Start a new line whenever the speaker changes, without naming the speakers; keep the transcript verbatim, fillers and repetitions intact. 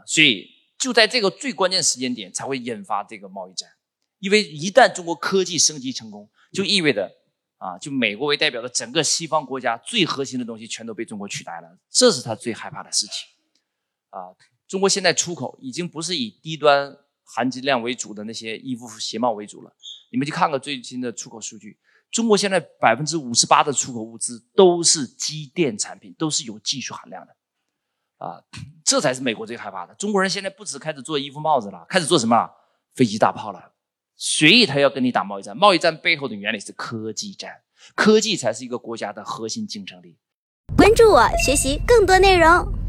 所以就在这个最关键时间点才会引发这个贸易战。因为一旦中国科技升级成功，就意味着啊，就美国为代表的整个西方国家最核心的东西全都被中国取代了，这是他最害怕的事情啊。中国现在出口已经不是以低端含金量为主的那些衣服鞋帽为主了，你们去看看最新的出口数据，中国现在 百分之五十八 的出口物资都是机电产品，都是有技术含量的啊，这才是美国最害怕的。中国人现在不止开始做衣服帽子了，开始做什么飞机大炮了。所以他要跟你打贸易战，贸易战背后的原理是科技战，科技才是一个国家的核心竞争力。
关注我，学习更多内容。